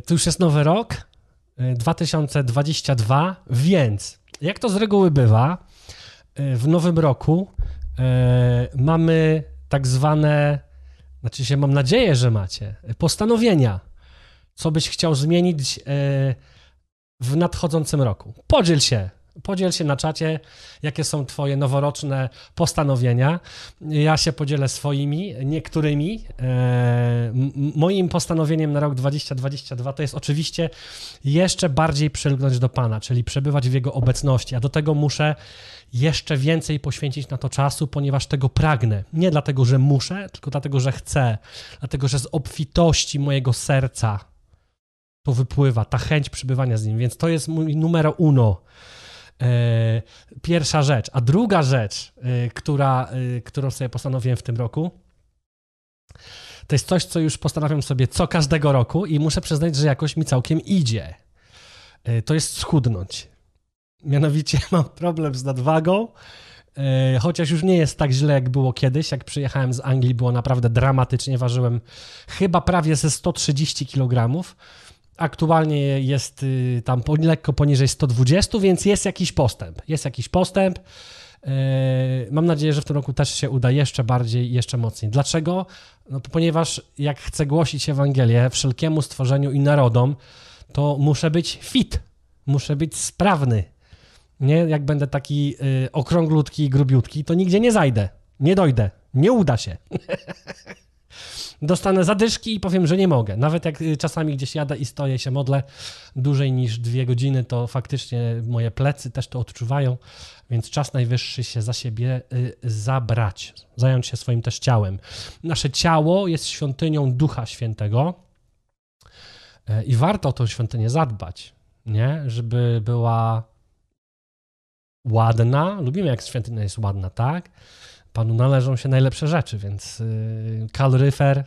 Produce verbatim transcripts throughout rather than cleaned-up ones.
to już jest nowy rok, dwa tysiące dwudziesty drugi, więc jak to z reguły bywa, w nowym roku e, mamy tak zwane, znaczy się mam nadzieję, że macie, postanowienia, co byś chciał zmienić e, w nadchodzącym roku. Podziel się. Podziel się na czacie, jakie są twoje noworoczne postanowienia. Ja się podzielę swoimi, niektórymi. E, moim postanowieniem na rok dwa tysiące dwudziesty drugi to jest oczywiście jeszcze bardziej przylgnąć do Pana, czyli przebywać w Jego obecności, a do tego muszę jeszcze więcej poświęcić na to czasu, ponieważ tego pragnę. Nie dlatego, że muszę, tylko dlatego, że chcę. Dlatego, że z obfitości mojego serca to wypływa, ta chęć przebywania z Nim, więc to jest mój numero uno. Pierwsza rzecz. A druga rzecz, która, którą sobie postanowiłem w tym roku, to jest coś, co już postanawiam sobie co każdego roku i muszę przyznać, że jakoś mi całkiem idzie. To jest schudnąć. Mianowicie mam problem z nadwagą, chociaż już nie jest tak źle, jak było kiedyś. Jak przyjechałem z Anglii, było naprawdę dramatycznie. Ważyłem chyba prawie ze sto trzydzieści kilogramów. Aktualnie jest tam lekko poniżej sto dwadzieścia, więc jest jakiś postęp. Jest jakiś postęp. Mam nadzieję, że w tym roku też się uda jeszcze bardziej, jeszcze mocniej. Dlaczego? No, ponieważ jak chcę głosić Ewangelię wszelkiemu stworzeniu i narodom, to muszę być fit, muszę być sprawny. Nie? Jak będę taki okrąglutki i grubiutki, to nigdzie nie zajdę, nie dojdę, nie uda się. Dostanę zadyszki i powiem, że nie mogę. Nawet jak czasami gdzieś jadę i stoję się modlę dłużej niż dwie godziny, to faktycznie moje plecy też to odczuwają, więc czas najwyższy się za siebie y, zabrać, zająć się swoim też ciałem. Nasze ciało jest świątynią Ducha Świętego y, i warto o tą świątynię zadbać, nie? Żeby była ładna. Lubimy, jak świątynia jest ładna, tak? Panu należą się najlepsze rzeczy, więc yy, kaloryfer.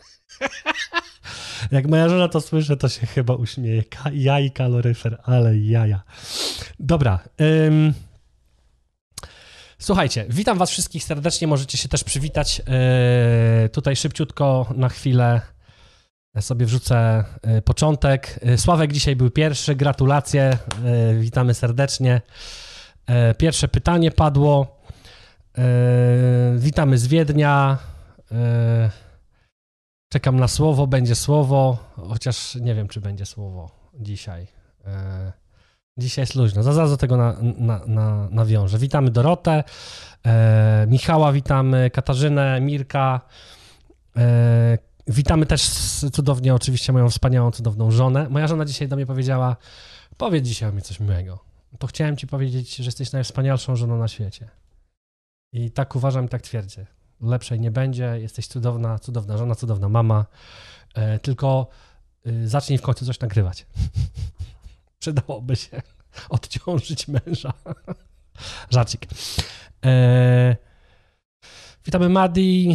Jak moja żona to słyszy, to się chyba uśmieje. Ka- ja i kaloryfer, ale jaja. Dobra. Ym... Słuchajcie, witam was wszystkich serdecznie. Możecie się też przywitać. Yy, tutaj szybciutko na chwilę sobie wrzucę yy, początek. Yy, Sławek dzisiaj był pierwszy. Gratulacje. Yy, witamy serdecznie. Yy, pierwsze pytanie padło. Yy, witamy z Wiednia. Yy, czekam na słowo, będzie słowo, chociaż nie wiem, czy będzie słowo dzisiaj. Yy, dzisiaj jest luźno, zaraz do tego na, na, na, nawiążę. Witamy Dorotę, yy, Michała witamy, Katarzynę, Mirka. Yy, witamy też cudownie oczywiście moją wspaniałą, cudowną żonę. Moja żona dzisiaj do mnie powiedziała, powiedz dzisiaj o mnie coś miłego. To chciałem ci powiedzieć, że jesteś najwspanialszą żoną na świecie. I tak uważam i tak twierdzę. Lepszej nie będzie, jesteś cudowna, cudowna żona, cudowna mama, e, tylko e, zacznij w końcu coś nagrywać. Przydałoby się odciążyć męża. Żarcik. E, witamy Madi.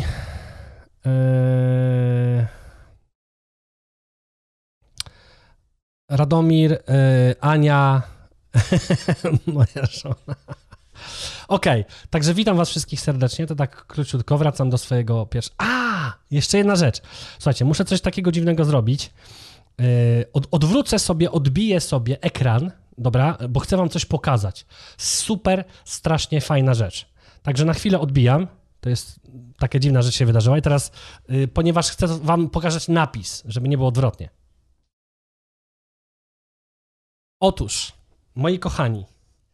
E, Radomir, e, Ania, moja żona. Okej, okay, także witam was wszystkich serdecznie, to tak króciutko, wracam do swojego pierwszego... A, jeszcze jedna rzecz. Słuchajcie, muszę coś takiego dziwnego zrobić. Yy, od, odwrócę sobie, odbiję sobie ekran, dobra, bo chcę wam coś pokazać. Super, strasznie fajna rzecz. Także na chwilę odbijam, to jest taka dziwna rzecz się wydarzyła i teraz, yy, ponieważ chcę wam pokazać napis, żeby nie było odwrotnie. Otóż, moi kochani,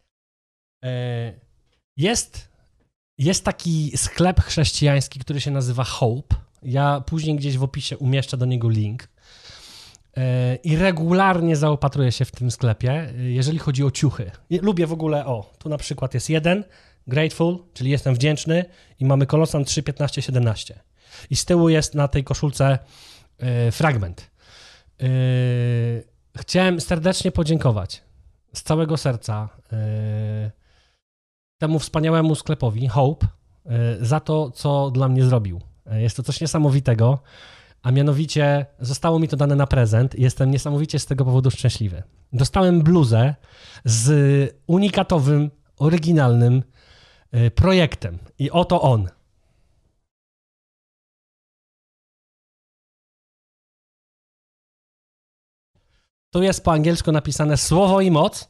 Jest, jest taki sklep chrześcijański, który się nazywa Hope. Ja później gdzieś w opisie umieszczę do niego link. I regularnie zaopatruję się w tym sklepie, jeżeli chodzi o ciuchy. Lubię w ogóle, o, tu na przykład jest jeden, Grateful, czyli jestem wdzięczny i mamy Kolosan trzy, piętnaście, siedemnaście. I z tyłu jest na tej koszulce fragment. Chciałem serdecznie podziękować z całego serca temu wspaniałemu sklepowi Hope za to, co dla mnie zrobił. Jest to coś niesamowitego, a mianowicie zostało mi to dane na prezent i jestem niesamowicie z tego powodu szczęśliwy. Dostałem bluzę z unikatowym, oryginalnym projektem i oto on. Tu jest po angielsku napisane słowo i moc.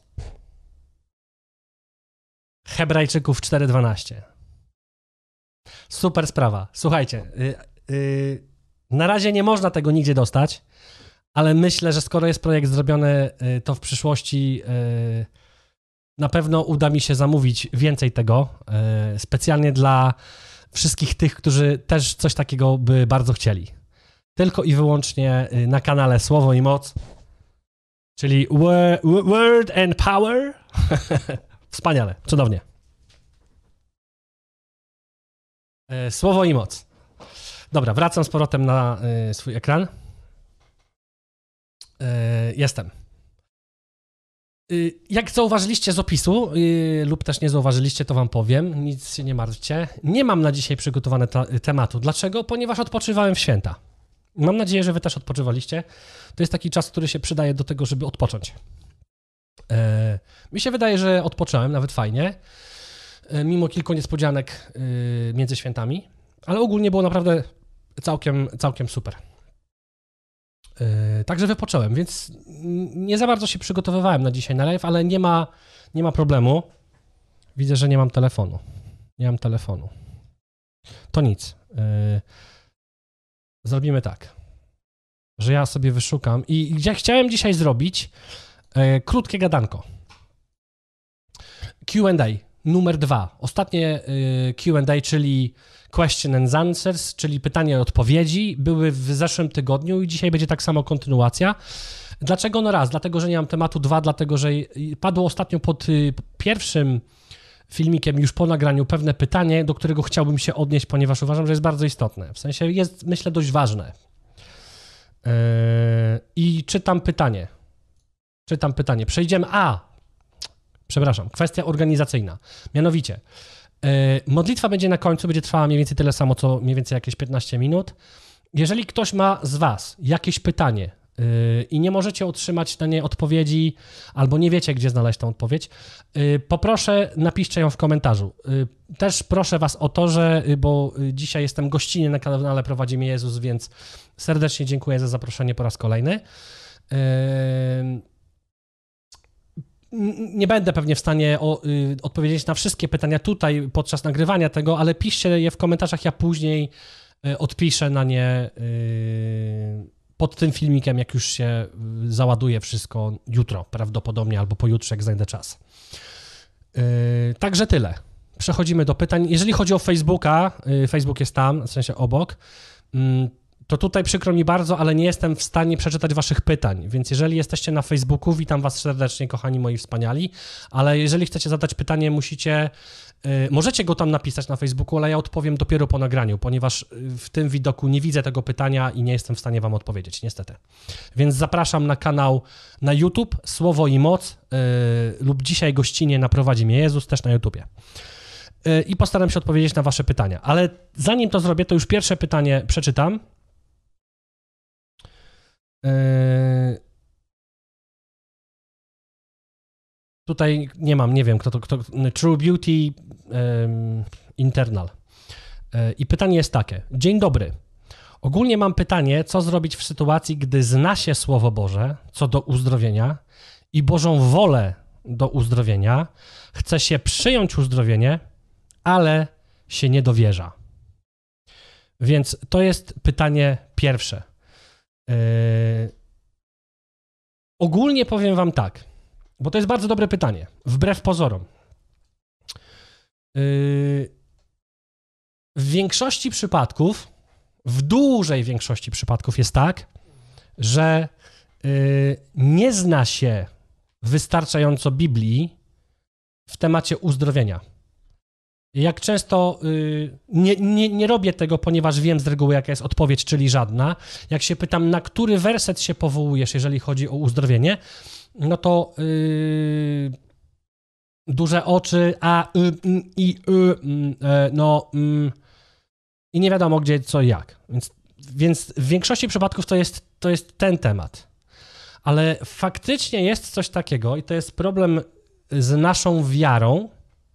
Hebrajczyków cztery dwanaście. Super sprawa. Słuchajcie, yy, yy, na razie nie można tego nigdzie dostać, ale myślę, że skoro jest projekt zrobiony, yy, to w przyszłości yy, na pewno uda mi się zamówić więcej tego, yy, specjalnie dla wszystkich tych, którzy też coś takiego by bardzo chcieli. Tylko i wyłącznie yy, na kanale Słowo i Moc, czyli Word and Power. Wspaniale, cudownie. Słowo i moc. Dobra, wracam z powrotem na y, swój ekran. Y, jestem. Y, jak zauważyliście z opisu, y, lub też nie zauważyliście, to wam powiem, nic się nie martwcie. Nie mam na dzisiaj przygotowane ta, tematu. Dlaczego? Ponieważ odpoczywałem w święta. Mam nadzieję, że wy też odpoczywaliście. To jest taki czas, który się przydaje do tego, żeby odpocząć. Y, mi się wydaje, że odpocząłem nawet fajnie. Mimo kilku niespodzianek yy, między świętami, ale ogólnie było naprawdę całkiem, całkiem super. Yy, także wypocząłem, więc nie za bardzo się przygotowywałem na dzisiaj na live, ale nie ma, nie ma problemu. Widzę, że nie mam telefonu. Nie mam telefonu. To nic. Yy, zrobimy tak, że ja sobie wyszukam i ja chciałem dzisiaj zrobić yy, krótkie gadanko. Q and A. Numer dwa. Ostatnie y, Q and A, czyli question and answers, czyli pytania i odpowiedzi, były w zeszłym tygodniu i dzisiaj będzie tak samo kontynuacja. Dlaczego? No raz, dlatego, że nie mam tematu, dwa, dlatego, że padło ostatnio pod y, pierwszym filmikiem już po nagraniu pewne pytanie, do którego chciałbym się odnieść, ponieważ uważam, że jest bardzo istotne. W sensie jest, myślę, dość ważne. Yy, I czytam pytanie. Czytam pytanie. Przejdziemy... A! Przepraszam, kwestia organizacyjna. Mianowicie, yy, modlitwa będzie na końcu, będzie trwała mniej więcej tyle samo, co mniej więcej jakieś piętnaście minut. Jeżeli ktoś ma z was jakieś pytanie yy, i nie możecie otrzymać na nie odpowiedzi, albo nie wiecie, gdzie znaleźć tą odpowiedź, yy, poproszę, napiszcie ją w komentarzu. Yy, też proszę was o to, że, yy, bo dzisiaj jestem gościnnie na kanale Prowadzi mnie Jezus, więc serdecznie dziękuję za zaproszenie po raz kolejny. Yy, Nie będę pewnie w stanie o, y, odpowiedzieć na wszystkie pytania tutaj podczas nagrywania tego, ale piszcie je w komentarzach, ja później y, odpiszę na nie y, pod tym filmikiem, jak już się y, załaduje wszystko jutro, prawdopodobnie, albo pojutrze, jak znajdę czas. Y, także tyle. Przechodzimy do pytań. Jeżeli chodzi o Facebooka, y, Facebook jest tam, w sensie obok, y, to tutaj przykro mi bardzo, ale nie jestem w stanie przeczytać waszych pytań, więc jeżeli jesteście na Facebooku, witam was serdecznie, kochani moi wspaniali, ale jeżeli chcecie zadać pytanie, musicie, yy, możecie go tam napisać na Facebooku, ale ja odpowiem dopiero po nagraniu, ponieważ w tym widoku nie widzę tego pytania i nie jestem w stanie wam odpowiedzieć, niestety. Więc zapraszam na kanał na YouTube, Słowo i Moc, yy, lub dzisiaj gościnnie na Prowadzi mnie Jezus, też na YouTubie. Yy, I postaram się odpowiedzieć na wasze pytania, ale zanim to zrobię, to już pierwsze pytanie przeczytam. Yy, tutaj nie mam, nie wiem, kto to, kto, True Beauty yy, Internal. Yy, I pytanie jest takie. Dzień dobry. Ogólnie mam pytanie, co zrobić w sytuacji, gdy zna się Słowo Boże co do uzdrowienia i Bożą wolę do uzdrowienia, chce się przyjąć uzdrowienie, ale się nie dowierza. Więc to jest pytanie pierwsze. Yy, ogólnie powiem wam tak, bo to jest bardzo dobre pytanie, wbrew pozorom. Yy, w większości przypadków, w dużej większości przypadków jest tak, że yy, nie zna się wystarczająco Biblii w temacie uzdrowienia. Jak często y, nie, nie, nie robię tego, ponieważ wiem z reguły, jaka jest odpowiedź, czyli żadna. Jak się pytam, na który werset się powołujesz, jeżeli chodzi o uzdrowienie, no to y, duże oczy, a, y, y, i, y, y, no y, i nie wiadomo gdzie, co i jak. Więc, więc w większości przypadków to jest, to jest ten temat. Ale faktycznie jest coś takiego i to jest problem z naszą wiarą,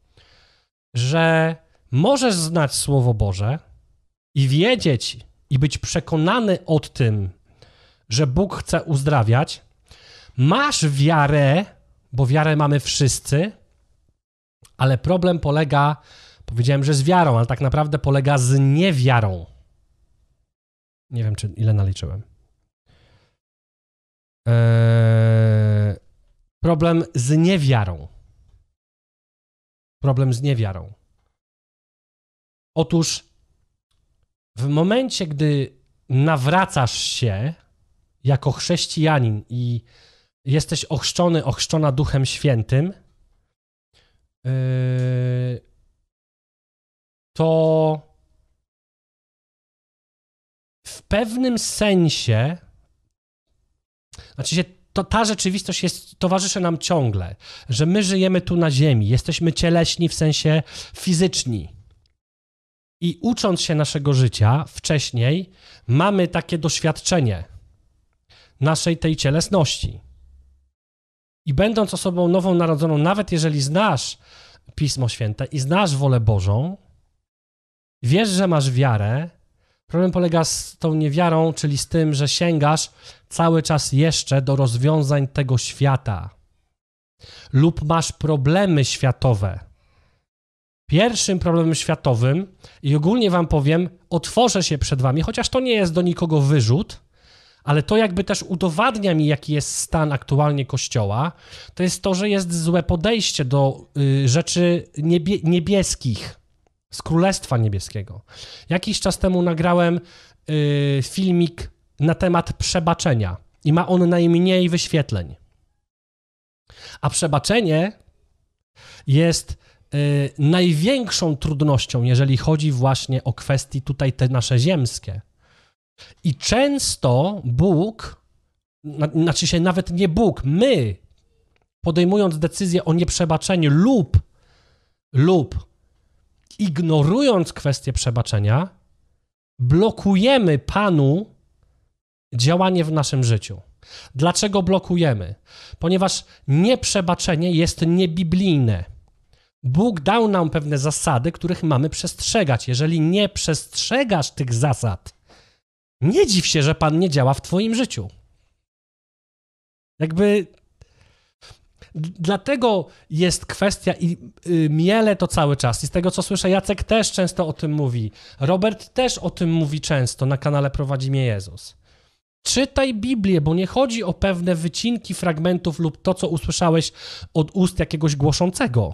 że możesz znać Słowo Boże i wiedzieć i być przekonany o tym, że Bóg chce uzdrawiać, Masz wiarę, bo wiarę mamy wszyscy, ale problem polega, powiedziałem, że z wiarą, ale tak naprawdę polega z niewiarą. Nie wiem, czy ile naliczyłem. Eee, problem z niewiarą. Problem z niewiarą. Otóż w momencie, gdy nawracasz się jako chrześcijanin i jesteś ochrzczony, ochrzczona Duchem Świętym, yy, to w pewnym sensie, znaczy się, to ta rzeczywistość jest, towarzyszy nam ciągle, że my żyjemy tu na ziemi, jesteśmy cieleśni w sensie fizyczni i ucząc się naszego życia wcześniej, mamy takie doświadczenie naszej tej cielesności. I będąc osobą nową narodzoną, nawet jeżeli znasz Pismo Święte i znasz wolę Bożą, wiesz, że masz wiarę, problem polega z tą niewiarą, czyli z tym, że sięgasz cały czas jeszcze do rozwiązań tego świata. Lub masz problemy światowe. Pierwszym problemem światowym, i ogólnie wam powiem, otworzę się przed wami, chociaż to nie jest do nikogo wyrzut, ale to jakby też udowadnia mi, jaki jest stan aktualnie Kościoła, to jest to, że jest złe podejście do y, rzeczy niebie, niebieskich, z Królestwa Niebieskiego. Jakiś czas temu nagrałem y, filmik na temat przebaczenia i ma on najmniej wyświetleń. A przebaczenie jest y, największą trudnością, jeżeli chodzi właśnie o kwestie tutaj te nasze ziemskie. I często Bóg, znaczy się nawet nie Bóg, my, podejmując decyzję o nieprzebaczeniu lub, lub ignorując kwestię przebaczenia, blokujemy Panu działanie w naszym życiu. Dlaczego blokujemy? Ponieważ nieprzebaczenie jest niebiblijne. Bóg dał nam pewne zasady, których mamy przestrzegać. Jeżeli nie przestrzegasz tych zasad, nie dziw się, że Pan nie działa w twoim życiu. Jakby dlatego jest kwestia i y, mielę to cały czas. I z tego, co słyszę, Jacek też często o tym mówi. Robert też o tym mówi często na kanale Prowadzi mnie Jezus. Czytaj Biblię, bo nie chodzi o pewne wycinki fragmentów lub to, co usłyszałeś od ust jakiegoś głoszącego.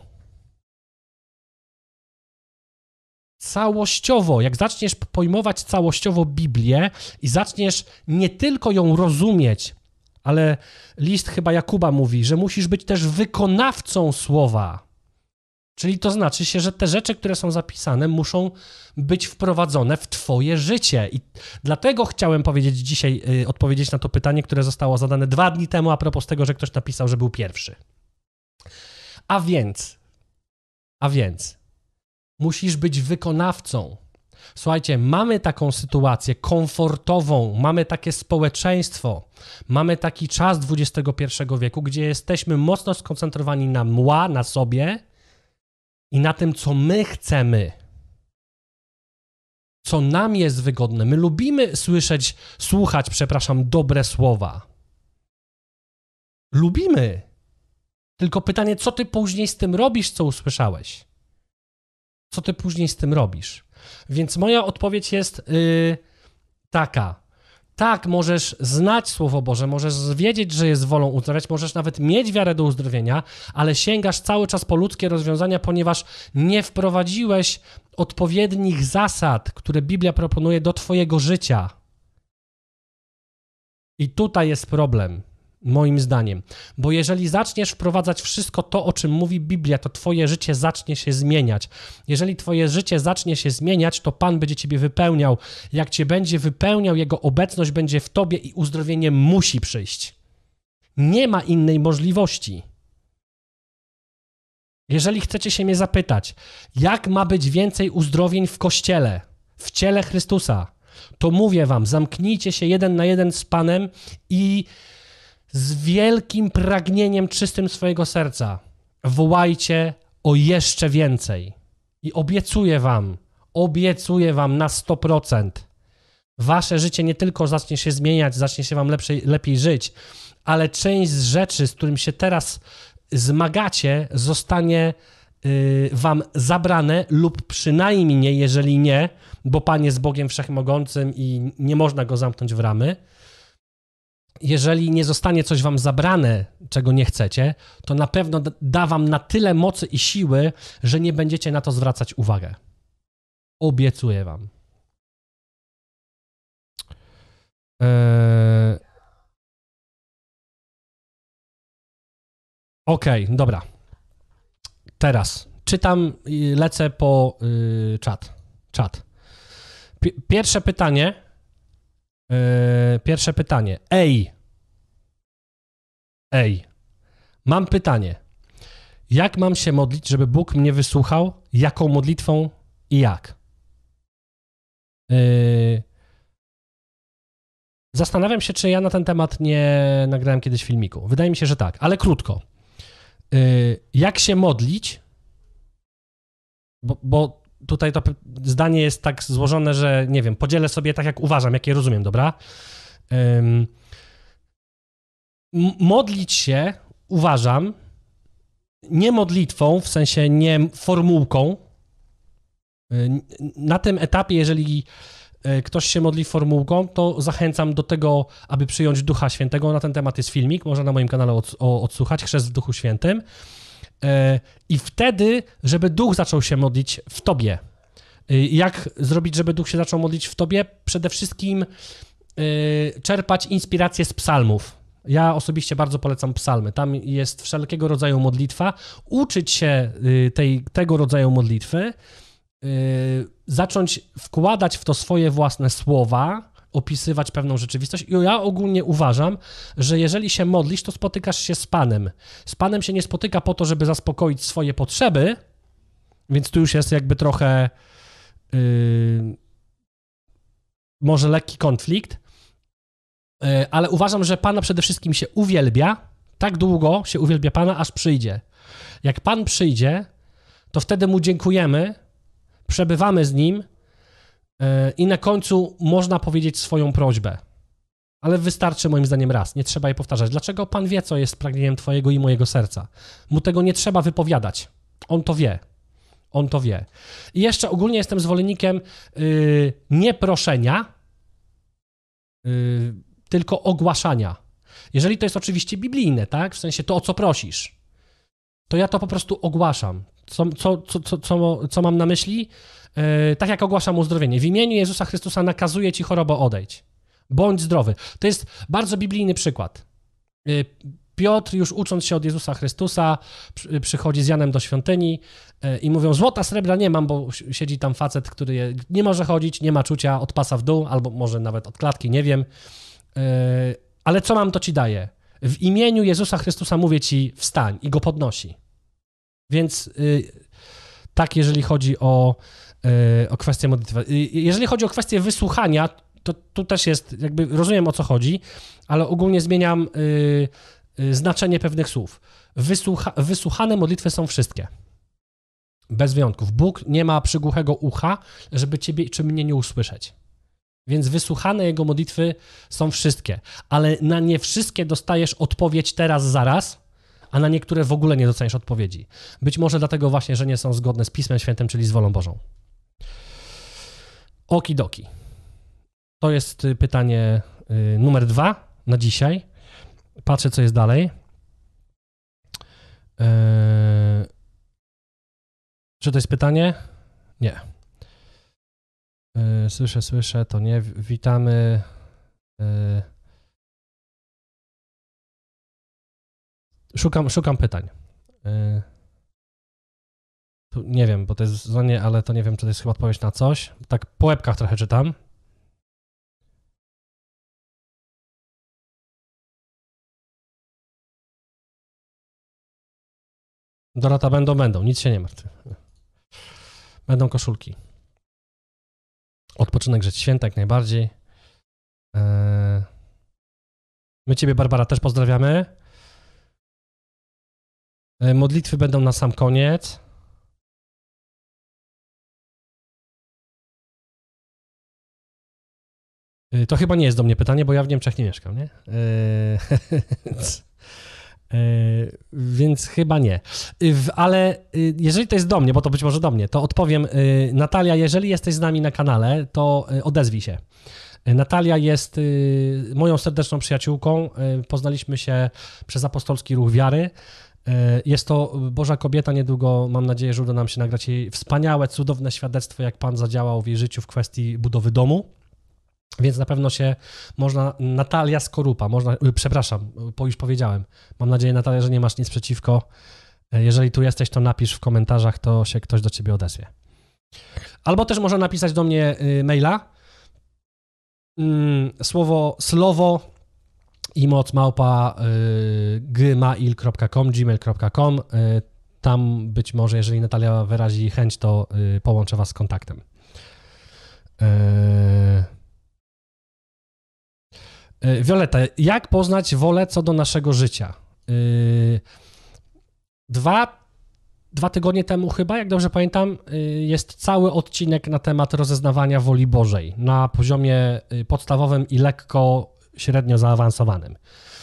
Całościowo, jak zaczniesz pojmować całościowo Biblię i zaczniesz nie tylko ją rozumieć, ale list chyba Jakuba mówi, że musisz być też wykonawcą słowa. Czyli to znaczy się, że te rzeczy, które są zapisane, muszą być wprowadzone w twoje życie. I dlatego chciałem powiedzieć dzisiaj, yy, odpowiedzieć na to pytanie, które zostało zadane dwa dni temu a propos tego, że ktoś napisał, że był pierwszy. A więc, a więc, musisz być wykonawcą. Słuchajcie, mamy taką sytuację komfortową, mamy takie społeczeństwo, mamy taki czas dwudziestego pierwszego wieku, gdzie jesteśmy mocno skoncentrowani na mła, na sobie i na tym, co my chcemy, co nam jest wygodne. My lubimy słyszeć, słuchać, przepraszam, dobre słowa. Lubimy. Tylko pytanie, co ty później z tym robisz, co usłyszałeś? Co ty później z tym robisz? Więc moja odpowiedź jest yy, taka. Tak, możesz znać Słowo Boże, możesz wiedzieć, że jest wolą uzdrawiać, możesz nawet mieć wiarę do uzdrowienia, ale sięgasz cały czas po ludzkie rozwiązania, ponieważ nie wprowadziłeś odpowiednich zasad, które Biblia proponuje do twojego życia. I tutaj jest problem. Moim zdaniem. Bo jeżeli zaczniesz wprowadzać wszystko to, o czym mówi Biblia, to twoje życie zacznie się zmieniać. Jeżeli twoje życie zacznie się zmieniać, to Pan będzie ciebie wypełniał. Jak cię będzie wypełniał, Jego obecność będzie w tobie i uzdrowienie musi przyjść. Nie ma innej możliwości. Jeżeli chcecie się mnie zapytać, jak ma być więcej uzdrowień w Kościele, w ciele Chrystusa, to mówię wam, zamknijcie się jeden na jeden z Panem i z wielkim pragnieniem czystym swojego serca wołajcie o jeszcze więcej. I obiecuję wam, obiecuję wam na sto procent. Wasze życie nie tylko zacznie się zmieniać, zacznie się wam lepszej, lepiej żyć, ale część z rzeczy, z którym się teraz zmagacie, zostanie y, wam zabrane lub przynajmniej, jeżeli nie, bo Pan jest Bogiem Wszechmogącym i nie można Go zamknąć w ramy, jeżeli nie zostanie coś wam zabrane, czego nie chcecie, to na pewno da wam na tyle mocy i siły, że nie będziecie na to zwracać uwagę. Obiecuję wam. Eee... Okej, okay, dobra. Teraz czytam, lecę po yy, czat. czat. P- pierwsze pytanie. Yy, pierwsze pytanie. Ej. Ej. Mam pytanie. Jak mam się modlić, żeby Bóg mnie wysłuchał? Jaką modlitwą i jak? Yy... Zastanawiam się, czy ja na ten temat nie nagrałem kiedyś filmiku. Wydaje mi się, że tak, ale krótko. Yy, jak się modlić? Bo, bo tutaj to zdanie jest tak złożone, że nie wiem, podzielę sobie tak, jak uważam, jak je rozumiem, dobra? Yy... Modlić się, uważam, nie modlitwą, w sensie nie formułką. Na tym etapie, jeżeli ktoś się modli formułką, to zachęcam do tego, aby przyjąć Ducha Świętego. Na ten temat jest filmik, można na moim kanale od, odsłuchać, Chrzest w Duchu Świętym. I wtedy, żeby Duch zaczął się modlić w tobie. Jak zrobić, żeby Duch się zaczął modlić w tobie? Przede wszystkim czerpać inspirację z psalmów. Ja osobiście bardzo polecam psalmy. Tam jest wszelkiego rodzaju modlitwa. Uczyć się tej, tego rodzaju modlitwy, zacząć wkładać w to swoje własne słowa, opisywać pewną rzeczywistość. I ja ogólnie uważam, że jeżeli się modlisz, to spotykasz się z Panem. Z Panem się nie spotyka po to, żeby zaspokoić swoje potrzeby, więc tu już jest jakby trochę yy, może lekki konflikt, yy, ale uważam, że Pana przede wszystkim się uwielbia, tak długo się uwielbia Pana, aż przyjdzie. Jak Pan przyjdzie, to wtedy Mu dziękujemy, przebywamy z Nim yy, i na końcu można powiedzieć swoją prośbę. Ale wystarczy moim zdaniem raz, nie trzeba jej powtarzać. Dlaczego? Pan wie, co jest pragnieniem twojego i mojego serca. Mu tego nie trzeba wypowiadać. On to wie. On to wie. I jeszcze ogólnie jestem zwolennikiem yy, nie proszenia, yy, tylko ogłaszania. Jeżeli to jest oczywiście biblijne, tak? W sensie to, o co prosisz, to ja to po prostu ogłaszam. Co, co, co, co, co, co mam na myśli? Yy, tak jak ogłaszam uzdrowienie. W imieniu Jezusa Chrystusa nakazuję ci, chorobo, odejdź. Bądź zdrowy. To jest bardzo biblijny przykład. Piotr, już ucząc się od Jezusa Chrystusa, przychodzi z Janem do świątyni i mówią, złota, srebra nie mam, bo siedzi tam facet, który nie może chodzić, nie ma czucia od pasa w dół, albo może nawet od klatki, nie wiem. Ale co mam, to ci daję. W imieniu Jezusa Chrystusa mówię ci, wstań, i go podnosi. Więc tak, jeżeli chodzi o, o kwestię modlitwy. Jeżeli chodzi o kwestię wysłuchania, to tu też jest, jakby rozumiem, o co chodzi, ale ogólnie zmieniam y, y, znaczenie pewnych słów. Wysłucha, wysłuchane modlitwy są wszystkie. Bez wyjątków. Bóg nie ma przygłuchego ucha, żeby ciebie czy mnie nie usłyszeć. Więc wysłuchane Jego modlitwy są wszystkie, ale na nie wszystkie dostajesz odpowiedź teraz, zaraz, a na niektóre w ogóle nie dostaniesz odpowiedzi. Być może dlatego właśnie, że nie są zgodne z Pismem Świętym, czyli z wolą Bożą. Okidoki. To jest pytanie numer dwa na dzisiaj. Patrzę, co jest dalej. Eee... Czy to jest pytanie? Nie. Eee, słyszę, słyszę, to nie. Witamy. Eee... Szukam, szukam pytań. Eee... Tu nie wiem, bo to jest zdanie, ale to nie wiem, czy to jest chyba odpowiedź na coś. Tak po łebkach trochę czytam. Dorota, będą, będą, nic się nie martw. Będą koszulki. Odpoczynek Rzecz Święta jak najbardziej. My ciebie, Barbara, też pozdrawiamy. Modlitwy będą na sam koniec. Yy, to chyba nie jest do mnie pytanie, bo ja w Niemczech nie mieszkam, nie? Yy, Yy, więc chyba nie. Yy, ale yy, jeżeli to jest do mnie, bo to być może do mnie, to odpowiem. Yy, Natalia, jeżeli jesteś z nami na kanale, to yy, odezwij się. Yy, Natalia jest yy, moją serdeczną przyjaciółką. Yy, poznaliśmy się przez Apostolski Ruch Wiary. Yy, jest to Boża kobieta. Niedługo, mam nadzieję, że uda nam się nagrać jej wspaniałe, cudowne świadectwo, jak Pan zadziałał w jej życiu w kwestii budowy domu. Więc na pewno się można, Natalia Skorupa, można, przepraszam, bo już powiedziałem, mam nadzieję, Natalia, że nie masz nic przeciwko. Jeżeli tu jesteś, to napisz w komentarzach, to się ktoś do ciebie odezwie. Albo też można napisać do mnie maila, słowo slowo i moc małpa gmail kropka com, gmail kropka com. Tam być może, jeżeli Natalia wyrazi chęć, to połączę was z kontaktem. Wioleta, jak poznać wolę co do naszego życia? Dwa, dwa tygodnie temu chyba, jak dobrze pamiętam, jest cały odcinek na temat rozeznawania woli Bożej na poziomie podstawowym i lekko średnio zaawansowanym.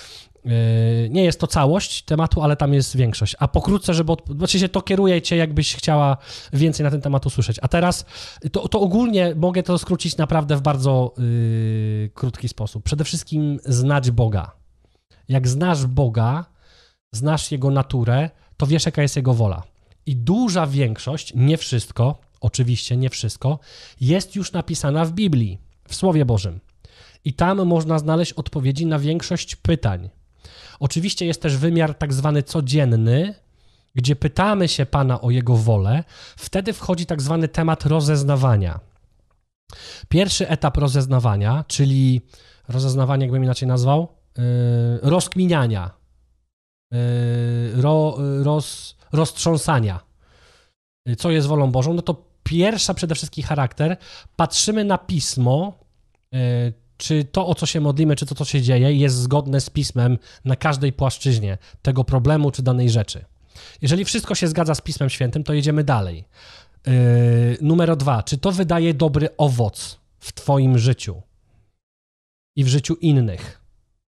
Nie jest to całość tematu, ale tam jest większość. A pokrótce, żeby... Od... Znaczy się to kieruje cię, jakbyś chciała więcej na ten temat usłyszeć. A teraz to, to ogólnie mogę to skrócić naprawdę w bardzo yy, krótki sposób. Przede wszystkim znać Boga. Jak znasz Boga, znasz Jego naturę, to wiesz, jaka jest Jego wola. I duża większość, nie wszystko, oczywiście nie wszystko, jest już napisana w Biblii, w Słowie Bożym. I tam można znaleźć odpowiedzi na większość pytań. Oczywiście jest też wymiar tak zwany codzienny, gdzie pytamy się Pana o Jego wolę. Wtedy wchodzi tak zwany temat rozeznawania. Pierwszy etap rozeznawania, czyli rozeznawanie, jakbym inaczej nazwał, yy, rozkminiania, yy, ro, roz, roztrząsania, yy, co jest wolą Bożą, no to pierwsza przede wszystkim charakter, patrzymy na Pismo, yy, czy to, o co się modlimy, czy to, co się dzieje, jest zgodne z Pismem na każdej płaszczyźnie tego problemu, czy danej rzeczy. Jeżeli wszystko się zgadza z Pismem Świętym, to jedziemy dalej. Yy, numer dwa. Czy to wydaje dobry owoc w twoim życiu i w życiu innych?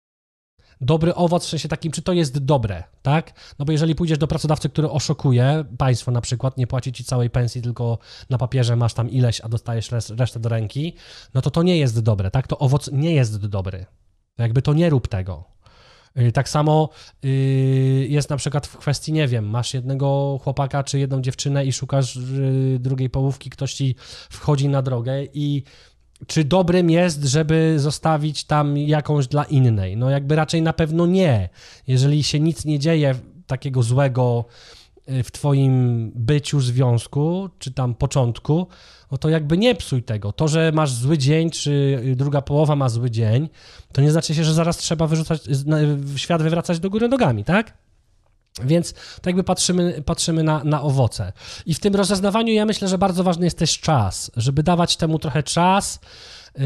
Dobry owoc w sensie takim, czy to jest dobre, tak? No bo jeżeli pójdziesz do pracodawcy, który oszukuje, państwo na przykład, nie płaci ci całej pensji, tylko na papierze masz tam ileś, a dostajesz resztę do ręki, no to to nie jest dobre, tak? To owoc nie jest dobry. To jakby to nie rób tego. Tak samo jest na przykład w kwestii, nie wiem, masz jednego chłopaka czy jedną dziewczynę i szukasz drugiej połówki, ktoś ci wchodzi na drogę i czy dobrym jest, żeby zostawić tam jakąś dla innej? No jakby raczej na pewno nie. Jeżeli się nic nie dzieje takiego złego w twoim byciu, związku, czy tam początku, no to jakby nie psuj tego. To, że masz zły dzień, czy druga połowa ma zły dzień, to nie znaczy się, że zaraz trzeba wyrzucać, świat wywracać do góry nogami, tak? Więc tak jakby patrzymy, patrzymy na, na owoce. I w tym rozeznawaniu ja myślę, że bardzo ważny jest też czas, żeby dawać temu trochę czas yy,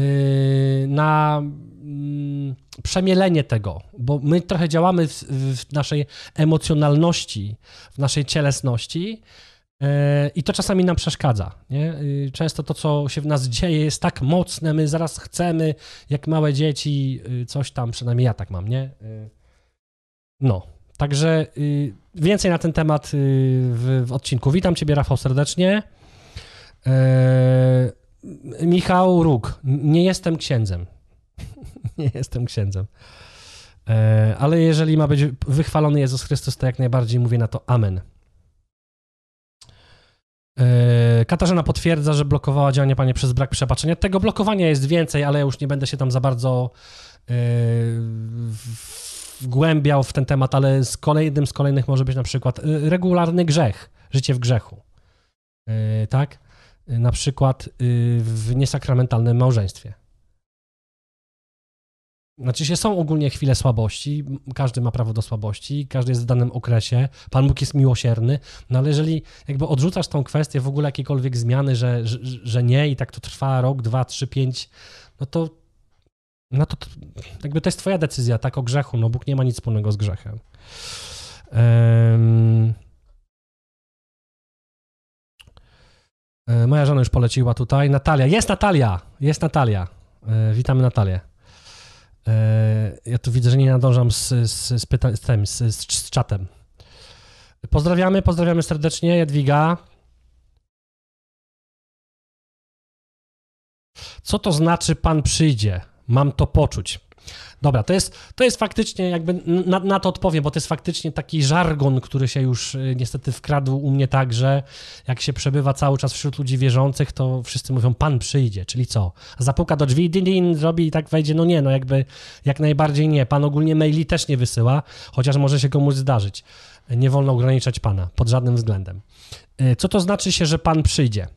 na yy, przemielenie tego, bo my trochę działamy w, w naszej emocjonalności, w naszej cielesności yy, i to czasami nam przeszkadza. Nie? Yy, często to, co się w nas dzieje, jest tak mocne, my zaraz chcemy, jak małe dzieci, yy, coś tam, przynajmniej ja tak mam, nie? Yy, no. Także y, więcej na ten temat y, w, w odcinku. Witam Ciebie, Rafał, serdecznie. E, Michał Róg. Nie jestem księdzem. Nie jestem księdzem. E, ale jeżeli ma być wychwalony Jezus Chrystus, to jak najbardziej mówię na to amen. E, Katarzyna potwierdza, że blokowała działanie Pani przez brak przebaczenia. Tego blokowania jest więcej, ale ja już nie będę się tam za bardzo e, w, wgłębiał w ten temat, ale z kolejnym z kolejnych może być na przykład regularny grzech, życie w grzechu, yy, tak? Yy, na przykład yy, w niesakramentalnym małżeństwie. Znaczy się są ogólnie chwile słabości, każdy ma prawo do słabości, każdy jest w danym okresie, Pan Bóg jest miłosierny, no ale jeżeli jakby odrzucasz tą kwestię, w ogóle jakiekolwiek zmiany, że, że, że nie i tak to trwa rok, dwa, trzy, pięć, no to No to, to jakby to jest twoja decyzja, tak, o grzechu, no Bóg nie ma nic wspólnego z grzechem. Um, moja żona już poleciła tutaj. Natalia, jest Natalia, jest Natalia. E, witamy Natalię. E, ja tu widzę, że nie nadążam z, z, z, pyta- z, tym, z, z, z czatem. Pozdrawiamy, pozdrawiamy serdecznie, Jadwiga. Co to znaczy Pan przyjdzie? Mam to poczuć. Dobra, to jest, to jest faktycznie, jakby na, na to odpowiem, bo to jest faktycznie taki żargon, który się już y, niestety wkradł u mnie tak, że jak się przebywa cały czas wśród ludzi wierzących, to wszyscy mówią, Pan przyjdzie, czyli co? Zapuka do drzwi, din, din, zrobi i tak wejdzie, no nie, no jakby jak najbardziej nie. Pan ogólnie maili też nie wysyła, chociaż może się komuś zdarzyć. Nie wolno ograniczać Pana, pod żadnym względem. Y, co to znaczy się, że Pan przyjdzie?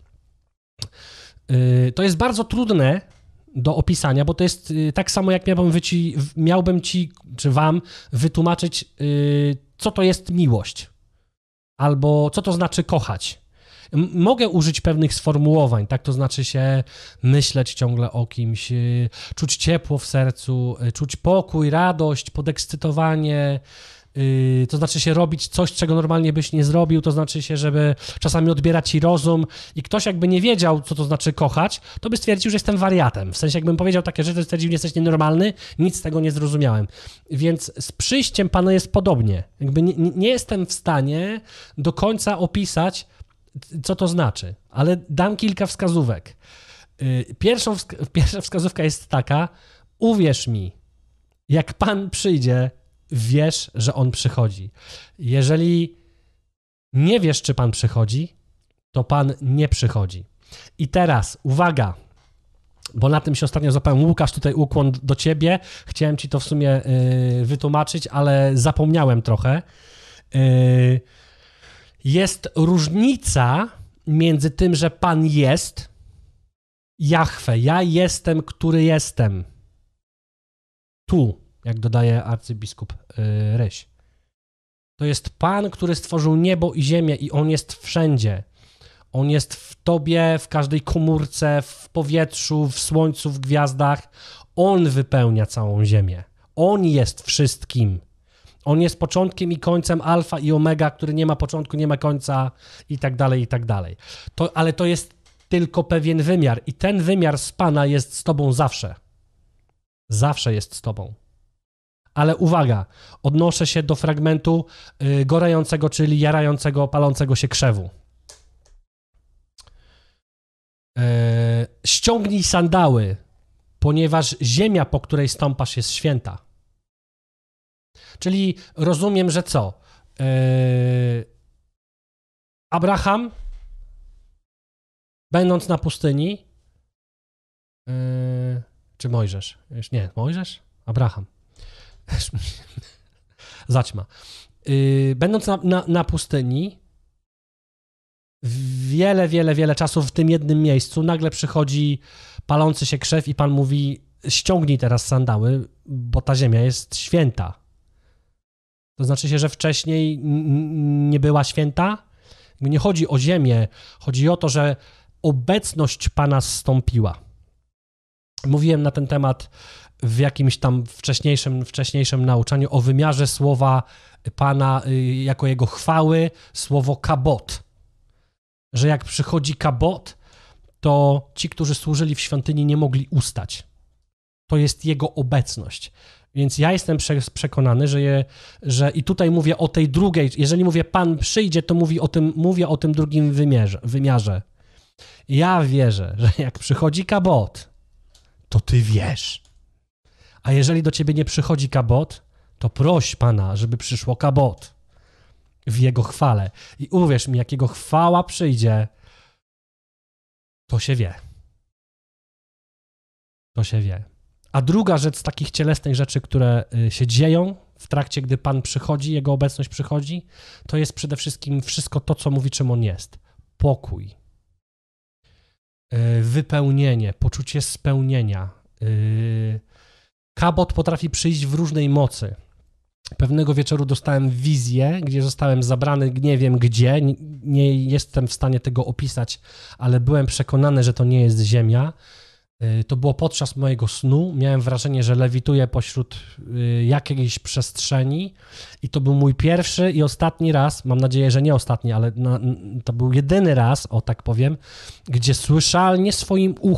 Y, to jest bardzo trudne do opisania, bo to jest y, tak samo, jak miałbym ci, miałbym ci, czy wam wytłumaczyć, y, co to jest miłość, albo co to znaczy kochać. M- mogę użyć pewnych sformułowań, tak, to znaczy się myśleć ciągle o kimś, y, czuć ciepło w sercu, y, czuć pokój, radość, podekscytowanie, Yy, to znaczy się robić coś, czego normalnie byś nie zrobił, to znaczy się, żeby czasami odbierać ci rozum i ktoś jakby nie wiedział, co to znaczy kochać, to by stwierdził, że jestem wariatem. W sensie jakbym powiedział takie rzeczy, to stwierdził, że jesteś nienormalny, nic z tego nie zrozumiałem. Więc z przyjściem Pana jest podobnie. Jakby nie, nie jestem w stanie do końca opisać, co to znaczy, ale dam kilka wskazówek. Yy, pierwszą, wska- pierwsza wskazówka jest taka, uwierz mi, jak Pan przyjdzie, wiesz, że On przychodzi. Jeżeli nie wiesz, czy Pan przychodzi, to Pan nie przychodzi. I teraz, uwaga, bo na tym się ostatnio złapałem. Łukasz, tutaj ukłon do ciebie. Chciałem ci to w sumie y, wytłumaczyć, ale zapomniałem trochę. Y, jest różnica między tym, że Pan jest, Jahwe, ja jestem, który jestem. Tu. Jak dodaje arcybiskup yy, Ryś. To jest Pan, który stworzył niebo i ziemię i On jest wszędzie. On jest w tobie, w każdej komórce, w powietrzu, w słońcu, w gwiazdach. On wypełnia całą ziemię. On jest wszystkim. On jest początkiem i końcem, alfa i omega, który nie ma początku, nie ma końca i tak dalej, i tak dalej. To, ale to jest tylko pewien wymiar i ten wymiar z Pana jest z tobą zawsze. Zawsze jest z tobą. Ale uwaga, odnoszę się do fragmentu y, gorającego, czyli jarającego, palącego się krzewu. Y, ściągnij sandały, ponieważ ziemia, po której stąpasz, jest święta. Czyli rozumiem, że co? Y, Abraham, będąc na pustyni, y, czy Mojżesz? Nie, Mojżesz? Abraham. Zaćma. Yy, będąc na, na, na pustyni, wiele, wiele, wiele czasu w tym jednym miejscu, nagle przychodzi palący się krzew i Pan mówi, ściągnij teraz sandały, bo ta ziemia jest święta. To znaczy się, że wcześniej n- nie była święta? Nie chodzi o ziemię, chodzi o to, że obecność Pana zstąpiła. Mówiłem na ten temat w jakimś tam wcześniejszym, wcześniejszym nauczaniu o wymiarze słowa Pana jako Jego chwały, słowo kabot. Że jak przychodzi kabot, to ci, którzy służyli w świątyni, nie mogli ustać. To jest Jego obecność. Więc ja jestem przekonany, że, je, że i tutaj mówię o tej drugiej, jeżeli mówię Pan przyjdzie, to mówi o tym, mówię o tym drugim wymiarze, wymiarze. Ja wierzę, że jak przychodzi kabot, to ty wiesz. A jeżeli do ciebie nie przychodzi kabot, to proś Pana, żeby przyszło kabot w Jego chwale. I uwierz mi, jak Jego chwała przyjdzie, to się wie. To się wie. A druga rzecz z takich cielesnych rzeczy, które się dzieją w trakcie, gdy Pan przychodzi, Jego obecność przychodzi, to jest przede wszystkim wszystko to, co mówi, czym On jest. Pokój, wypełnienie, poczucie spełnienia. Kabot potrafi przyjść w różnej mocy. Pewnego wieczoru dostałem wizję, gdzie zostałem zabrany, nie wiem gdzie, nie jestem w stanie tego opisać, ale byłem przekonany, że to nie jest ziemia. To było podczas mojego snu. Miałem wrażenie, że lewituję pośród jakiejś przestrzeni i to był mój pierwszy i ostatni raz, mam nadzieję, że nie ostatni, ale na, to był jedyny raz, o tak powiem, gdzie słyszalnie swoim uchem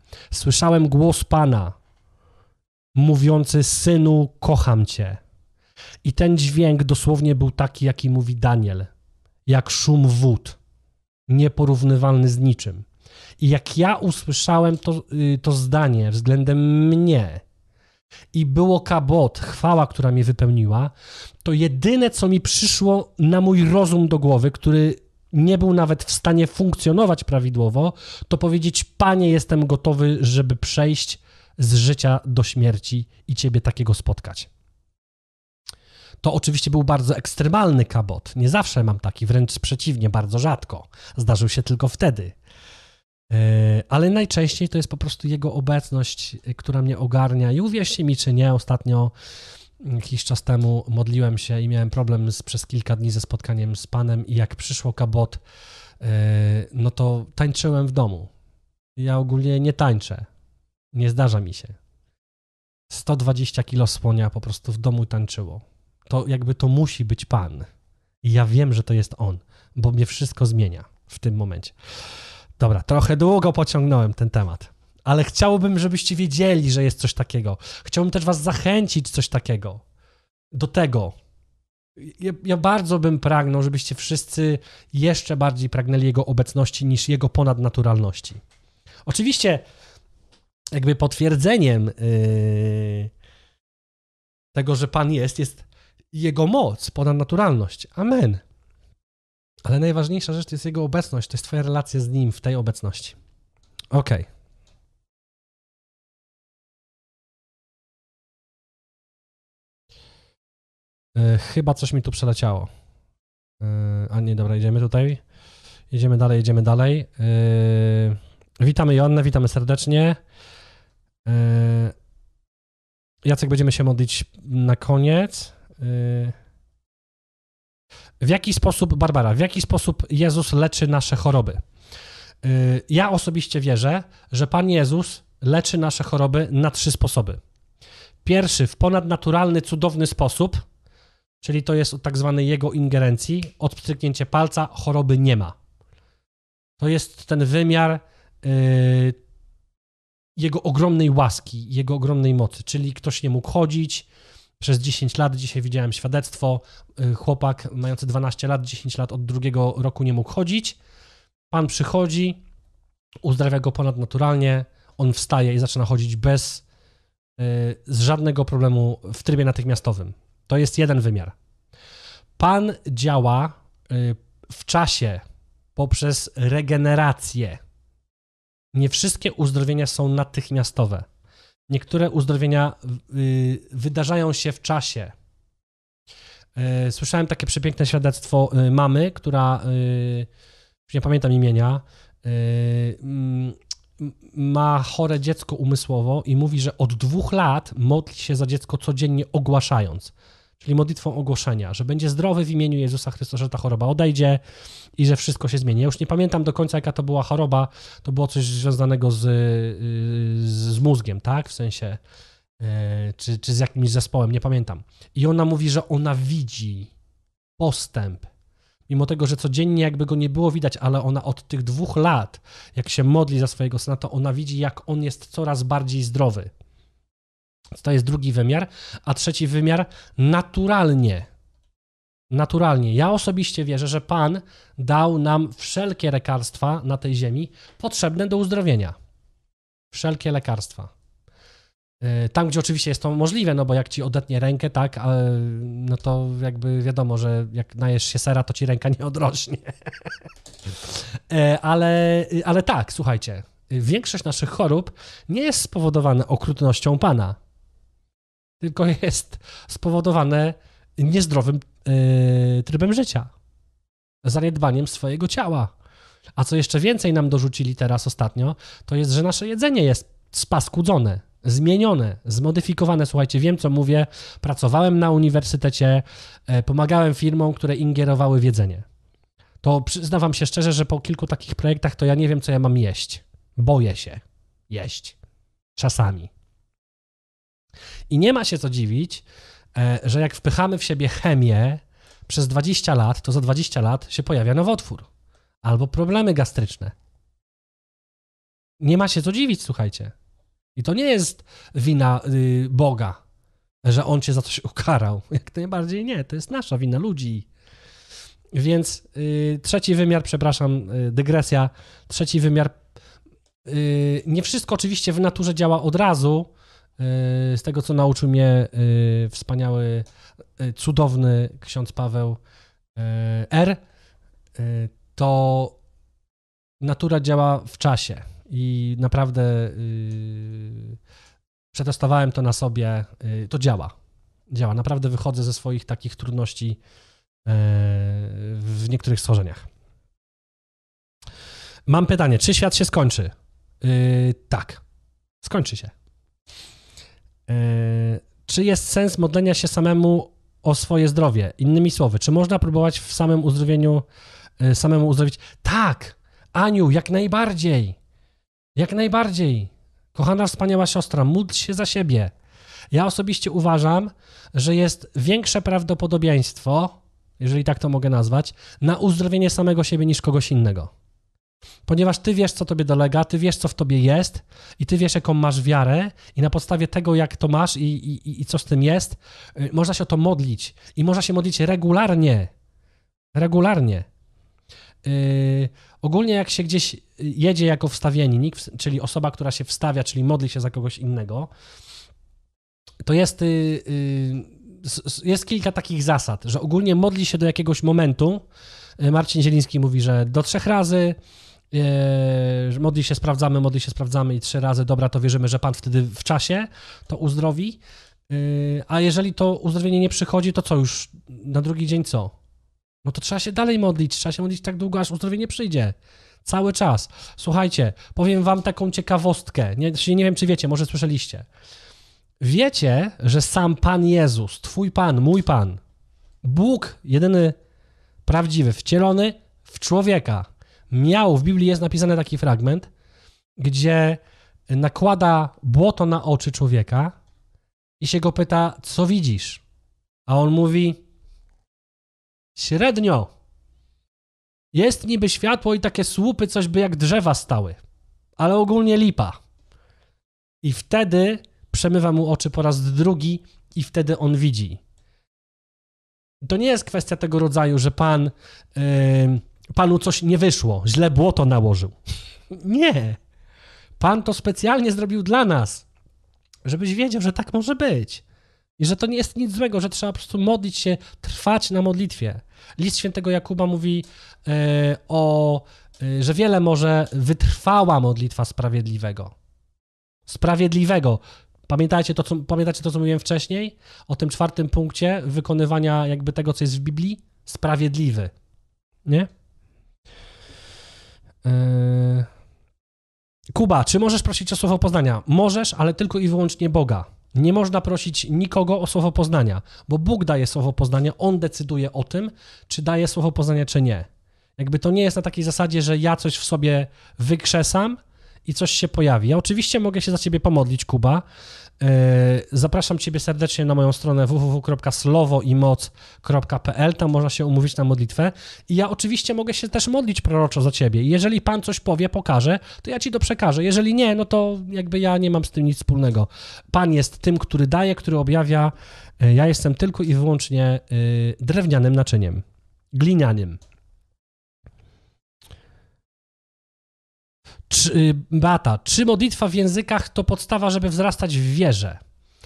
Słyszałem głos Pana mówiący: synu, kocham cię. I ten dźwięk dosłownie był taki, jaki mówi Daniel, jak szum wód, nieporównywalny z niczym. I jak ja usłyszałem to, to zdanie względem mnie i było kabot, chwała, która mnie wypełniła, to jedyne, co mi przyszło na mój rozum do głowy, który nie był nawet w stanie funkcjonować prawidłowo, to powiedzieć: Panie, jestem gotowy, żeby przejść z życia do śmierci i Ciebie takiego spotkać. To oczywiście był bardzo ekstremalny kabot. Nie zawsze mam taki, wręcz przeciwnie, bardzo rzadko. Zdarzył się tylko wtedy. Ale najczęściej to jest po prostu Jego obecność, która mnie ogarnia. I uwierzcie mi, czy nie, ostatnio, jakiś czas temu modliłem się i miałem problem z, przez kilka dni ze spotkaniem z Panem i jak przyszło kabot, no to tańczyłem w domu. Ja ogólnie nie tańczę. Nie zdarza mi się. sto dwadzieścia kilo słonia po prostu w domu tańczyło. To jakby to musi być Pan. I ja wiem, że to jest On, bo mnie wszystko zmienia w tym momencie. Dobra, trochę długo pociągnąłem ten temat, ale chciałbym, żebyście wiedzieli, że jest coś takiego. Chciałbym też was zachęcić coś takiego, do tego. Ja, ja bardzo bym pragnął, żebyście wszyscy jeszcze bardziej pragnęli Jego obecności niż Jego ponadnaturalności. Oczywiście jakby potwierdzeniem yy, tego, że Pan jest, jest Jego moc, ponadnaturalność. Amen. Ale najważniejsza rzecz to jest Jego obecność, to jest twoja relacja z Nim w tej obecności. Okej. Okay. Chyba coś mi tu przeleciało. Yy, a nie, dobra, idziemy tutaj. Jedziemy dalej, jedziemy dalej. Yy, witamy Joannę, witamy serdecznie. Yy, Jacek, będziemy się modlić na koniec. Yy, W jaki sposób, Barbara, w jaki sposób Jezus leczy nasze choroby? Ja osobiście wierzę, że Pan Jezus leczy nasze choroby na trzy sposoby. Pierwszy, w ponadnaturalny, cudowny sposób, czyli to jest od tak zwanej Jego ingerencji, od pstryknięcia palca choroby nie ma. To jest ten wymiar yy, Jego ogromnej łaski, Jego ogromnej mocy, czyli ktoś nie mógł chodzić przez dziesięć lat, dzisiaj widziałem świadectwo, chłopak mający dwanaście lat, dziesięć lat od drugiego roku nie mógł chodzić. Pan przychodzi, uzdrawia go ponadnaturalnie, on wstaje i zaczyna chodzić bez, z żadnego problemu w trybie natychmiastowym. To jest jeden wymiar. Pan działa w czasie poprzez regenerację. Nie wszystkie uzdrowienia są natychmiastowe. Niektóre uzdrowienia y, wydarzają się w czasie. Y, słyszałem takie przepiękne świadectwo y, mamy, która, y, już nie pamiętam imienia, y, y, ma chore dziecko umysłowo i mówi, że od dwóch lat modli się za dziecko codziennie ogłaszając, czyli modlitwą ogłoszenia, że będzie zdrowy w imieniu Jezusa Chrystusa, że ta choroba odejdzie i że wszystko się zmieni. Ja już nie pamiętam do końca, jaka to była choroba, to było coś związanego z, z mózgiem, tak, w sensie, czy, czy z jakimś zespołem, nie pamiętam. I ona mówi, że ona widzi postęp, mimo tego, że codziennie jakby go nie było widać, ale ona od tych dwóch lat, jak się modli za swojego syna, to ona widzi, jak on jest coraz bardziej zdrowy. To jest drugi wymiar, a trzeci wymiar naturalnie. Naturalnie. Ja osobiście wierzę, że Pan dał nam wszelkie lekarstwa na tej ziemi potrzebne do uzdrowienia. Wszelkie lekarstwa. Tam, gdzie oczywiście jest to możliwe, no bo jak ci odetnie rękę, tak, no to jakby wiadomo, że jak najesz się sera, to ci ręka nie odrośnie. ale, ale tak, słuchajcie, większość naszych chorób nie jest spowodowana okrutnością Pana, tylko jest spowodowane niezdrowym yy, trybem życia, zaniedbaniem swojego ciała. A co jeszcze więcej nam dorzucili teraz ostatnio, to jest, że nasze jedzenie jest spaskudzone, zmienione, zmodyfikowane. Słuchajcie, wiem, co mówię, pracowałem na uniwersytecie, yy, pomagałem firmom, które ingerowały w jedzenie. To przyznam się szczerze, że po kilku takich projektach to ja nie wiem, co ja mam jeść. Boję się jeść. Czasami. I nie ma się co dziwić, że jak wpychamy w siebie chemię przez dwadzieścia lat, to za dwadzieścia lat się pojawia nowotwór albo problemy gastryczne. Nie ma się co dziwić, słuchajcie. I to nie jest wina y, Boga, że On cię za coś ukarał. Jak najbardziej nie, to jest nasza wina, ludzi. Więc y, trzeci wymiar, przepraszam, y, dygresja, trzeci wymiar, y, nie wszystko oczywiście w naturze działa od razu, y, z tego co nauczył mnie y, wspaniały, y, cudowny ksiądz Paweł y, R., y, to natura działa w czasie i naprawdę y, przetestowałem to na sobie, y, to działa, działa, naprawdę wychodzę ze swoich takich trudności w niektórych stworzeniach. Mam pytanie, czy świat się skończy? Yy, tak, skończy się. Yy, czy jest sens modlenia się samemu o swoje zdrowie? Innymi słowy, czy można próbować w samym uzdrowieniu yy, samemu uzdrowić? Tak, Aniu, jak najbardziej. Jak najbardziej. Kochana, wspaniała siostra, módl się za siebie. Ja osobiście uważam, że jest większe prawdopodobieństwo, jeżeli tak to mogę nazwać, na uzdrowienie samego siebie niż kogoś innego. Ponieważ ty wiesz, co tobie dolega, ty wiesz, co w tobie jest i ty wiesz, jaką masz wiarę i na podstawie tego, jak to masz i, i, i co z tym jest, yy, można się o to modlić i można się modlić regularnie. Regularnie. Yy, ogólnie jak się gdzieś jedzie jako wstawiennik, czyli osoba, która się wstawia, czyli modli się za kogoś innego, to jest... Yy, yy, Jest kilka takich zasad, że ogólnie modli się do jakiegoś momentu. Marcin Zieliński mówi, że do trzech razy, że modli się, sprawdzamy, modli się, sprawdzamy i trzy razy, dobra, to wierzymy, że Pan wtedy w czasie to uzdrowi. A jeżeli to uzdrowienie nie przychodzi, to co już na drugi dzień co? No to trzeba się dalej modlić, trzeba się modlić tak długo, aż uzdrowienie przyjdzie. Cały czas. Słuchajcie, powiem wam taką ciekawostkę. Nie, nie wiem, czy wiecie, może słyszeliście. Wiecie, że sam Pan Jezus, twój Pan, mój Pan, Bóg, jedyny prawdziwy, wcielony w człowieka, miał, w Biblii jest napisany taki fragment, gdzie nakłada błoto na oczy człowieka i się go pyta, co widzisz? A on mówi, średnio. Jest niby światło i takie słupy, coś by jak drzewa stały, ale ogólnie lipa. I wtedy przemywa mu oczy po raz drugi i wtedy on widzi. To nie jest kwestia tego rodzaju, że pan, yy, panu coś nie wyszło, źle błoto nałożył. Nie. Pan to specjalnie zrobił dla nas, żebyś wiedział, że tak może być. I że to nie jest nic złego, że trzeba po prostu modlić się, trwać na modlitwie. List świętego Jakuba mówi yy, o, yy, że wiele może wytrwała modlitwa sprawiedliwego. Sprawiedliwego. Pamiętajcie to, co, pamiętacie to, co mówiłem wcześniej? O tym czwartym punkcie wykonywania jakby tego, co jest w Biblii? Sprawiedliwy. Nie? Yy... Kuba, czy możesz prosić o słowo poznania? Możesz, ale tylko i wyłącznie Boga. Nie można prosić nikogo o słowo poznania, bo Bóg daje słowo poznania, On decyduje o tym, czy daje słowo poznania, czy nie. Jakby to nie jest na takiej zasadzie, że ja coś w sobie wykrzesam i coś się pojawi. Ja oczywiście mogę się za ciebie pomodlić, Kuba. Yy, zapraszam ciebie serdecznie na moją stronę w w w kropka slowo i moc kropka p l. Tam można się umówić na modlitwę. I ja oczywiście mogę się też modlić proroczo za ciebie. I jeżeli Pan coś powie, pokaże, to ja ci to przekażę. Jeżeli nie, no to jakby ja nie mam z tym nic wspólnego. Pan jest tym, który daje, który objawia. Yy, ja jestem tylko i wyłącznie yy, drewnianym naczyniem. Glinianym. Czy, Beata, czy modlitwa w językach to podstawa, żeby wzrastać w wierze?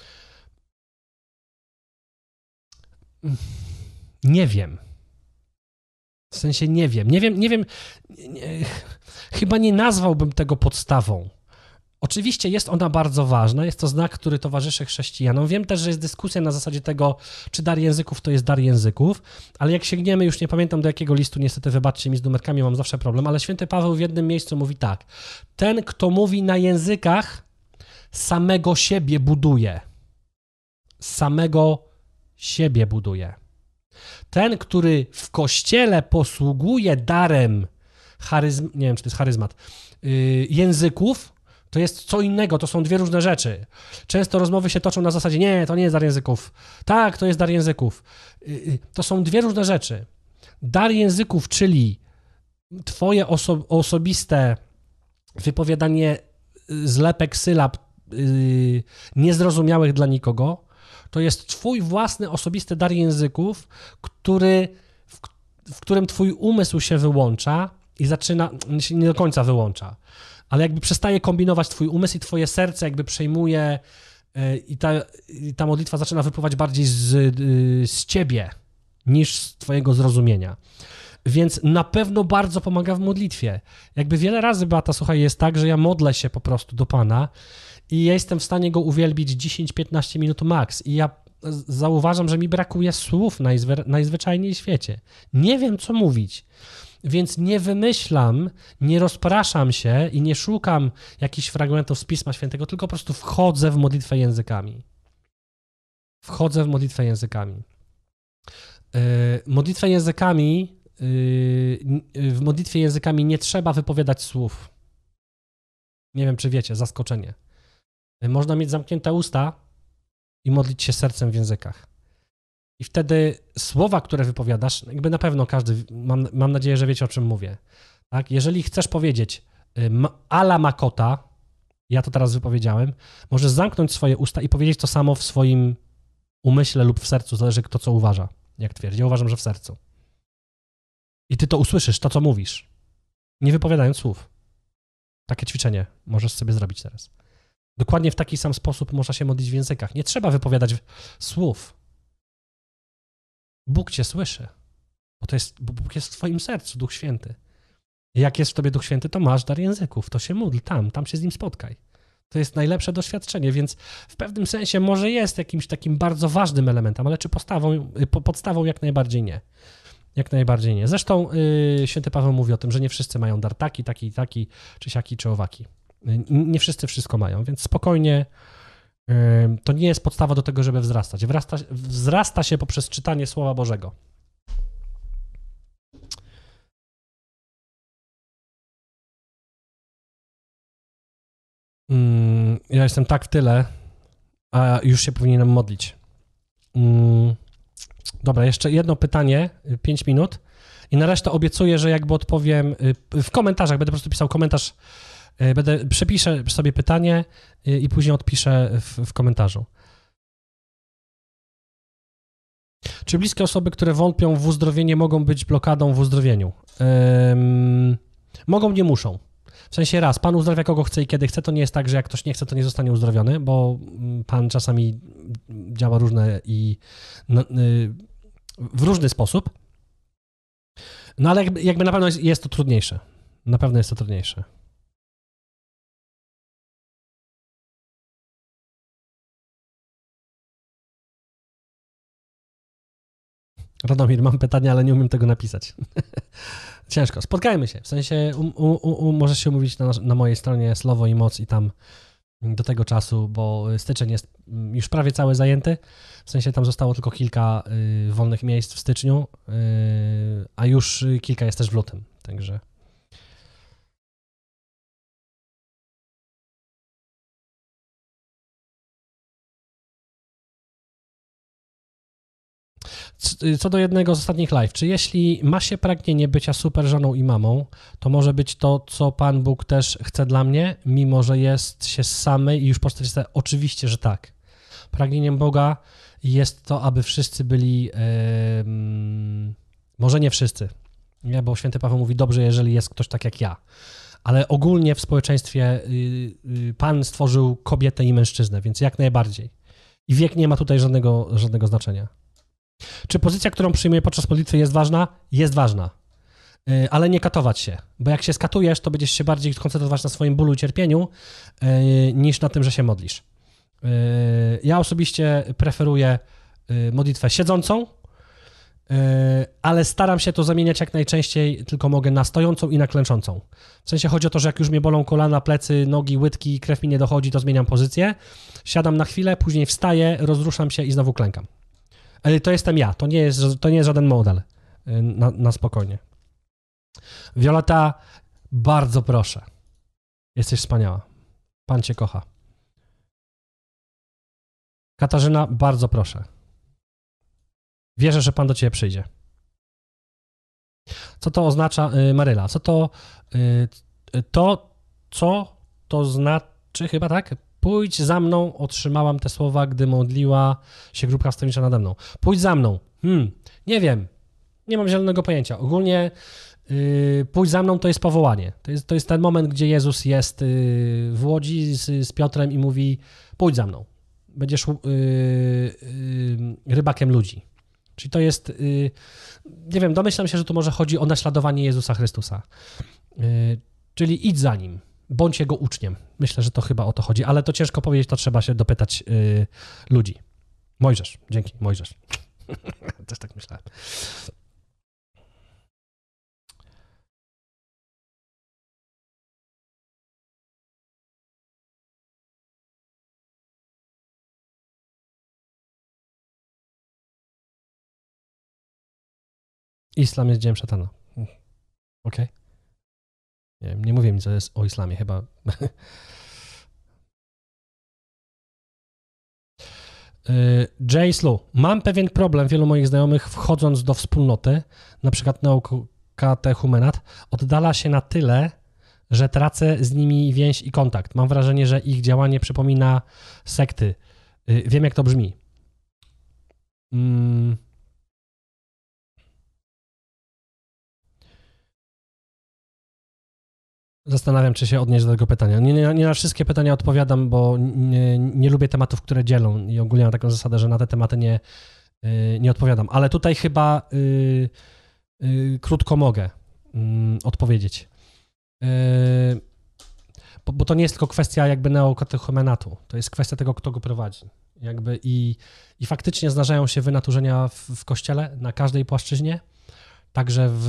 Nie wiem. W sensie nie wiem. Nie wiem, nie wiem. Nie, chyba nie nazwałbym tego podstawą. Oczywiście jest ona bardzo ważna, jest to znak, który towarzyszy chrześcijanom. Wiem też, że jest dyskusja na zasadzie tego, czy dar języków to jest dar języków, ale jak sięgniemy, już nie pamiętam do jakiego listu, niestety wybaczcie mi, z numerkami mam zawsze problem, ale święty Paweł w jednym miejscu mówi tak: ten, kto mówi na językach, samego siebie buduje. Samego siebie buduje. Ten, który w kościele posługuje darem charyzm, nie wiem, czy to jest charyzmat, yy, języków, to jest co innego, to są dwie różne rzeczy. Często rozmowy się toczą na zasadzie, nie, to nie jest dar języków. Tak, to jest dar języków. To są dwie różne rzeczy. Dar języków, czyli twoje oso- osobiste wypowiadanie zlepek sylab yy, niezrozumiałych dla nikogo, to jest twój własny, osobisty dar języków, który, w, w którym twój umysł się wyłącza i zaczyna, nie do końca wyłącza, ale jakby przestaje kombinować twój umysł i twoje serce jakby przejmuje yy, i, ta, i ta modlitwa zaczyna wypływać bardziej z, yy, z ciebie niż z twojego zrozumienia. Więc na pewno bardzo pomaga w modlitwie. Jakby wiele razy, Beata, słuchaj, jest tak, że ja modlę się po prostu do Pana i ja jestem w stanie Go uwielbić dziesięć piętnaście minut max i ja zauważam, że mi brakuje słów najzwy- najzwyczajniej w świecie. Nie wiem, co mówić, więc nie wymyślam, nie rozpraszam się i nie szukam jakichś fragmentów z Pisma Świętego, tylko po prostu wchodzę w modlitwę językami. Wchodzę w modlitwę językami. Yy, modlitwę językami w modlitwie językami nie trzeba wypowiadać słów. Nie wiem, czy wiecie, zaskoczenie. Można mieć zamknięte usta i modlić się sercem w językach. I wtedy słowa, które wypowiadasz, jakby na pewno każdy, mam, mam nadzieję, że wiecie, o czym mówię. Tak? Jeżeli chcesz powiedzieć ala makota, ja to teraz wypowiedziałem, możesz zamknąć swoje usta i powiedzieć to samo w swoim umyśle lub w sercu, zależy kto co uważa, jak twierdzi. Ja uważam, że w sercu. I ty to usłyszysz, to co mówisz, nie wypowiadając słów. Takie ćwiczenie możesz sobie zrobić teraz. Dokładnie w taki sam sposób można się modlić w językach. Nie trzeba wypowiadać słów. Bóg cię słyszy, bo, to jest, bo Bóg jest w twoim sercu, Duch Święty. I jak jest w tobie Duch Święty, to masz dar języków, to się módl tam, tam się z Nim spotkaj. To jest najlepsze doświadczenie, więc w pewnym sensie może jest jakimś takim bardzo ważnym elementem, ale czy podstawą, podstawą jak najbardziej nie. Jak najbardziej nie. Zresztą yy, święty Paweł mówi o tym, że nie wszyscy mają dar taki, taki, taki, czy siaki, czy owaki. Yy, nie wszyscy wszystko mają, więc spokojnie yy, to nie jest podstawa do tego, żeby wzrastać. Wzrasta, wzrasta się poprzez czytanie Słowa Bożego. Yy, ja jestem tak w tyle, a już się powinienem modlić. Yy. Dobra, jeszcze jedno pytanie, pięć minut i na resztę obiecuję, że jakby odpowiem w komentarzach, będę po prostu pisał komentarz, będę, przepiszę sobie pytanie i później odpiszę w, w komentarzu. Czy bliskie osoby, które wątpią w uzdrowienie, mogą być blokadą w uzdrowieniu? Um, mogą, nie muszą. W sensie raz, Pan uzdrawia kogo chce i kiedy chce, to nie jest tak, że jak ktoś nie chce, to nie zostanie uzdrowiony, bo Pan czasami działa różne i no, y, w różny sposób. No ale jakby, jakby na pewno jest, jest to trudniejsze. Na pewno jest to trudniejsze. Radomir, mam pytanie, ale nie umiem tego napisać. Ciężko. Spotkajmy się. W sensie um, um, um, możesz się umówić na, na mojej stronie Słowo i Moc i tam do tego czasu, bo styczeń jest już prawie cały zajęty. W sensie tam zostało tylko kilka y, wolnych miejsc w styczniu, y, a już kilka jest też w lutym. Także... Co do jednego z ostatnich live, czy jeśli ma się pragnienie bycia super żoną i mamą, to może być to, co Pan Bóg też chce dla mnie, mimo że jest się samej i już po czterdziestu? Oczywiście, że tak. Pragnieniem Boga jest to, aby wszyscy byli, yy, może nie wszyscy, nie? Bo święty Paweł mówi, dobrze, jeżeli jest ktoś tak jak ja, ale ogólnie w społeczeństwie yy, yy, Pan stworzył kobietę i mężczyznę, więc jak najbardziej. I wiek nie ma tutaj żadnego, żadnego znaczenia. Czy pozycja, którą przyjmuję podczas modlitwy jest ważna? Jest ważna, yy, ale nie katować się, bo jak się skatujesz, to będziesz się bardziej koncentrować na swoim bólu i cierpieniu, yy, niż na tym, że się modlisz. Yy, ja osobiście preferuję yy, modlitwę siedzącą, yy, ale staram się to zamieniać jak najczęściej, tylko mogę, na stojącą i na klęczącą. W sensie chodzi o to, że jak już mnie bolą kolana, plecy, nogi, łydki, krew mi nie dochodzi, to zmieniam pozycję, siadam na chwilę, później wstaję, rozruszam się i znowu klękam. Ale to jestem ja, to nie jest, to nie jest żaden model. Na, na spokojnie. Wioleta, bardzo proszę. Jesteś wspaniała. Pan cię kocha. Katarzyna, bardzo proszę. Wierzę, że Pan do ciebie przyjdzie. Co to oznacza, Maryla? Co to, to co to znaczy, chyba tak? Pójdź za mną, otrzymałam te słowa, gdy modliła się grupka wstawiennicza nade mną. Pójdź za mną. Hmm, nie wiem. Nie mam zielonego pojęcia. Ogólnie yy, pójdź za mną to jest powołanie. To jest, to jest ten moment, gdzie Jezus jest yy, w łodzi z, z Piotrem i mówi: pójdź za mną. Będziesz yy, yy, rybakiem ludzi. Czyli to jest, yy, nie wiem, domyślam się, że tu może chodzi o naśladowanie Jezusa Chrystusa. Yy, czyli idź za Nim, bądź Jego uczniem. Myślę, że to chyba o to chodzi, ale to ciężko powiedzieć, to trzeba się dopytać yy, ludzi. Mojżesz, dzięki, Mojżesz. Też tak myślałem. Islam jest dziełem szatana. Okej. Okay. Nie, nie mówię mi, co jest o islamie, chyba. Jay Slu. Mam pewien problem, wielu moich znajomych wchodząc do wspólnoty, na przykład nauka techumenat, oddala się na tyle, że tracę z nimi więź i kontakt. Mam wrażenie, że ich działanie przypomina sekty. Wiem, jak to brzmi. Hmm. Zastanawiam, czy się odnieść do tego pytania. Nie, nie, nie na wszystkie pytania odpowiadam, bo nie, nie lubię tematów, które dzielą i ogólnie mam taką zasadę, że na te tematy nie, nie odpowiadam. Ale tutaj chyba yy, yy, krótko mogę yy, odpowiedzieć. Yy, bo, bo to nie jest tylko kwestia jakby neokatechumenatu, to jest kwestia tego, kto go prowadzi. Jakby i, i faktycznie zdarzają się wynaturzenia w, w kościele na każdej płaszczyźnie. Także w,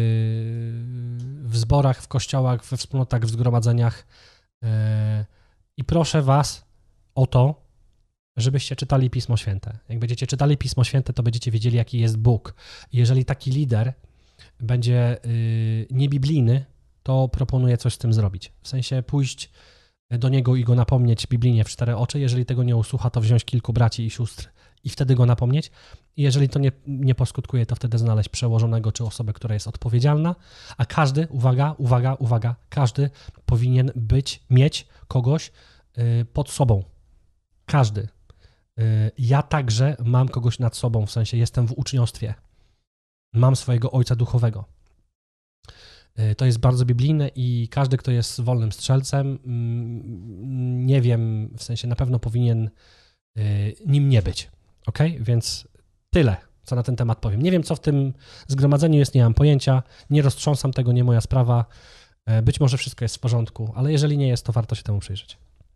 w zborach, w kościołach, we wspólnotach, w zgromadzeniach. I proszę was o to, żebyście czytali Pismo Święte. Jak będziecie czytali Pismo Święte, to będziecie wiedzieli, jaki jest Bóg. I jeżeli taki lider będzie niebiblijny, to proponuję coś z tym zrobić. W sensie pójść do niego i go napomnieć biblijnie w cztery oczy. Jeżeli tego nie usłucha, to wziąć kilku braci i sióstr i wtedy go napomnieć. I jeżeli to nie, nie poskutkuje, to wtedy znaleźć przełożonego czy osobę, która jest odpowiedzialna, a każdy, uwaga, uwaga, uwaga, każdy powinien być, mieć kogoś y, pod sobą. Każdy. Y, ja także mam kogoś nad sobą, w sensie jestem w uczniostwie. Mam swojego ojca duchowego. Y, to jest bardzo biblijne i każdy, kto jest wolnym strzelcem, y, nie wiem, w sensie na pewno powinien y, nim nie być. Okej? Więc tyle, co na ten temat powiem. Nie wiem, co w tym zgromadzeniu jest, nie mam pojęcia, nie roztrząsam tego, nie moja sprawa. Być może wszystko jest w porządku, ale jeżeli nie jest, to warto się temu przyjrzeć.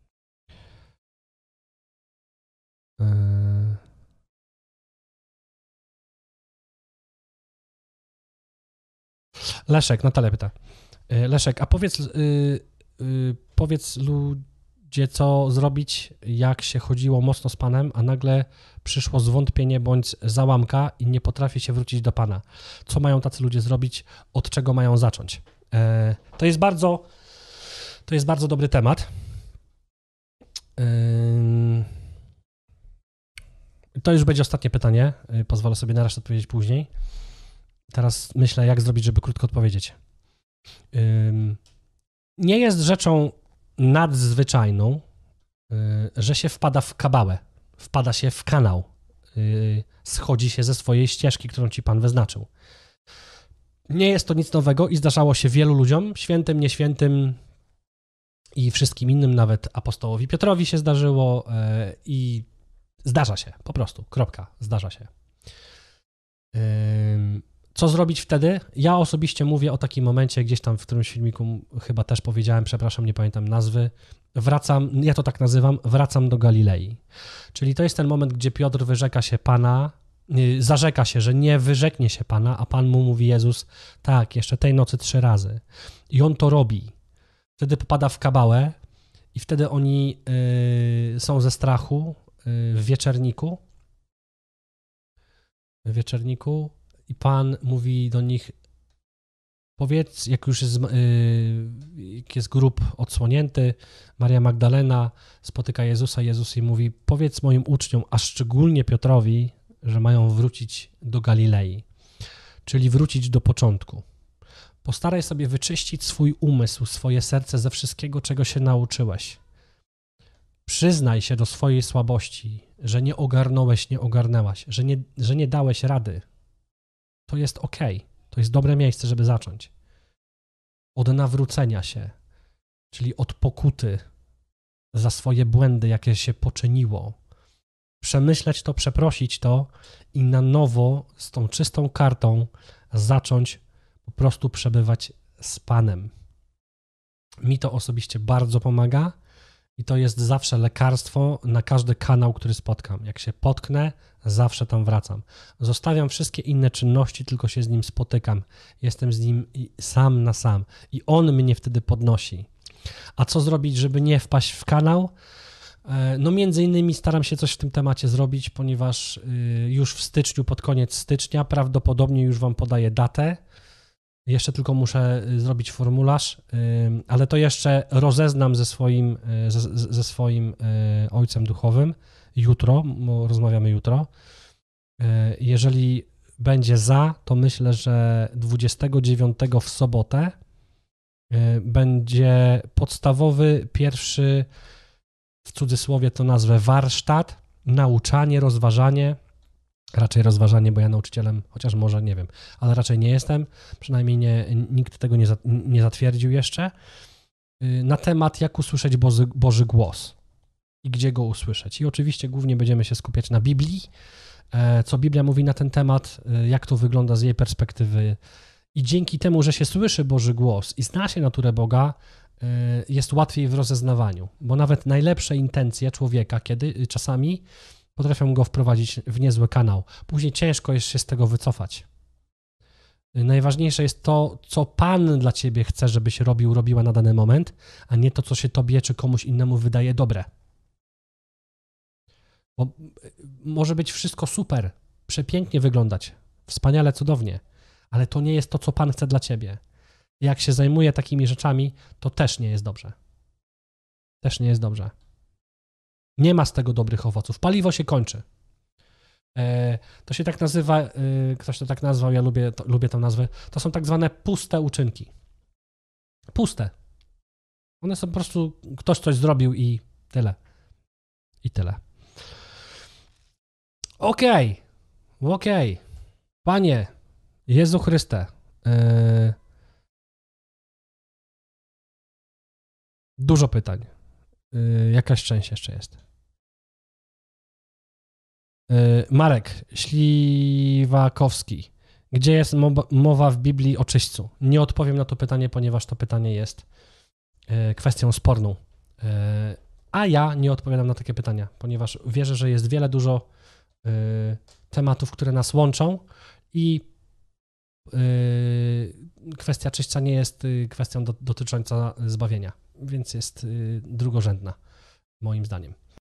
Leszek, Natalia pyta. Leszek, a powiedz, yy, yy, powiedz ludzie, co zrobić, jak się chodziło mocno z Panem, a nagle przyszło zwątpienie bądź załamka i nie potrafi się wrócić do Pana. Co mają tacy ludzie zrobić? Od czego mają zacząć? E, to jest bardzo, to jest bardzo dobry temat. E, to już będzie ostatnie pytanie. Pozwolę sobie na resztę odpowiedzieć później. Teraz myślę, jak zrobić, żeby krótko odpowiedzieć. E, nie jest rzeczą nadzwyczajną, że się wpada w kabałę, wpada się w kanał, schodzi się ze swojej ścieżki, którą ci Pan wyznaczył. Nie jest to nic nowego i zdarzało się wielu ludziom, świętym, nieświętym i wszystkim innym, nawet apostołowi Piotrowi się zdarzyło i zdarza się, po prostu, kropka, zdarza się. Co zrobić wtedy? Ja osobiście mówię o takim momencie, gdzieś tam w którymś filmiku chyba też powiedziałem, przepraszam, nie pamiętam nazwy, wracam, ja to tak nazywam, wracam do Galilei. Czyli to jest ten moment, gdzie Piotr wyrzeka się Pana, zarzeka się, że nie wyrzeknie się Pana, a Pan mu mówi, Jezus, tak, jeszcze tej nocy trzy razy. I on to robi. Wtedy popada w kabałę i wtedy oni y, są ze strachu y, w wieczerniku. W wieczerniku i Pan mówi do nich, powiedz, jak już jest, yy, jak jest grób odsłonięty, Maria Magdalena spotyka Jezusa, Jezus jej mówi, powiedz moim uczniom, a szczególnie Piotrowi, że mają wrócić do Galilei, czyli wrócić do początku. Postaraj sobie wyczyścić swój umysł, swoje serce ze wszystkiego, czego się nauczyłeś. Przyznaj się do swojej słabości, że nie ogarnąłeś, nie ogarnęłaś, że nie, że nie dałeś rady. To jest okej. To jest dobre miejsce, żeby zacząć. Od nawrócenia się, czyli od pokuty za swoje błędy, jakie się poczyniło. Przemyśleć to, przeprosić to i na nowo z tą czystą kartą zacząć po prostu przebywać z Panem. Mi to osobiście bardzo pomaga i to jest zawsze lekarstwo na każdy kanał, który spotkam. Jak się potknę, zawsze tam wracam. Zostawiam wszystkie inne czynności, tylko się z Nim spotykam. Jestem z Nim sam na sam i On mnie wtedy podnosi. A co zrobić, żeby nie wpaść w kanał? No między innymi staram się coś w tym temacie zrobić, ponieważ już w styczniu, pod koniec stycznia, prawdopodobnie już Wam podaję datę. Jeszcze tylko muszę zrobić formularz, ale to jeszcze rozeznam ze swoim, ze, ze swoim ojcem duchowym jutro, bo rozmawiamy jutro. Jeżeli będzie za, to myślę, że dwudziestego dziewiątego w sobotę będzie podstawowy, pierwszy, w cudzysłowie to nazwę warsztat, nauczanie, rozważanie, raczej rozważanie, bo ja nauczycielem, chociaż może nie wiem, ale raczej nie jestem, przynajmniej nie, nikt tego nie, za, nie zatwierdził jeszcze, na temat jak usłyszeć Boży, Boży głos i gdzie go usłyszeć. I oczywiście głównie będziemy się skupiać na Biblii, co Biblia mówi na ten temat, jak to wygląda z jej perspektywy. I dzięki temu, że się słyszy Boży głos i zna się naturę Boga, jest łatwiej w rozeznawaniu, bo nawet najlepsze intencje człowieka kiedy czasami potrafią go wprowadzić w niezły kanał. Później ciężko jest się z tego wycofać. Najważniejsze jest to, co Pan dla ciebie chce, żebyś robił, robiła na dany moment, a nie to, co się tobie czy komuś innemu wydaje dobre. Bo może być wszystko super, przepięknie wyglądać, wspaniale, cudownie, ale to nie jest to, co Pan chce dla ciebie. Jak się zajmuje takimi rzeczami, to też nie jest dobrze. Też nie jest dobrze. Nie ma z tego dobrych owoców. Paliwo się kończy. E, to się tak nazywa, e, ktoś to tak nazwał, ja lubię, to, lubię tę nazwę, to są tak zwane puste uczynki. Puste. One są po prostu, ktoś coś zrobił i tyle. I tyle. Okej. Okay. Okej. Okay. Panie Jezu Chryste, e, dużo pytań. Yy, jakaś część jeszcze jest. Yy, Marek Śliwakowski. Gdzie jest mowa w Biblii o czyśćcu? Nie odpowiem na to pytanie, ponieważ to pytanie jest yy, kwestią sporną. Yy, a ja nie odpowiadam na takie pytania, ponieważ wierzę, że jest wiele dużo yy, tematów, które nas łączą i yy, kwestia czyśćca nie jest yy, kwestią do, dotyczącą zbawienia, więc jest yy, drugorzędna, moim zdaniem.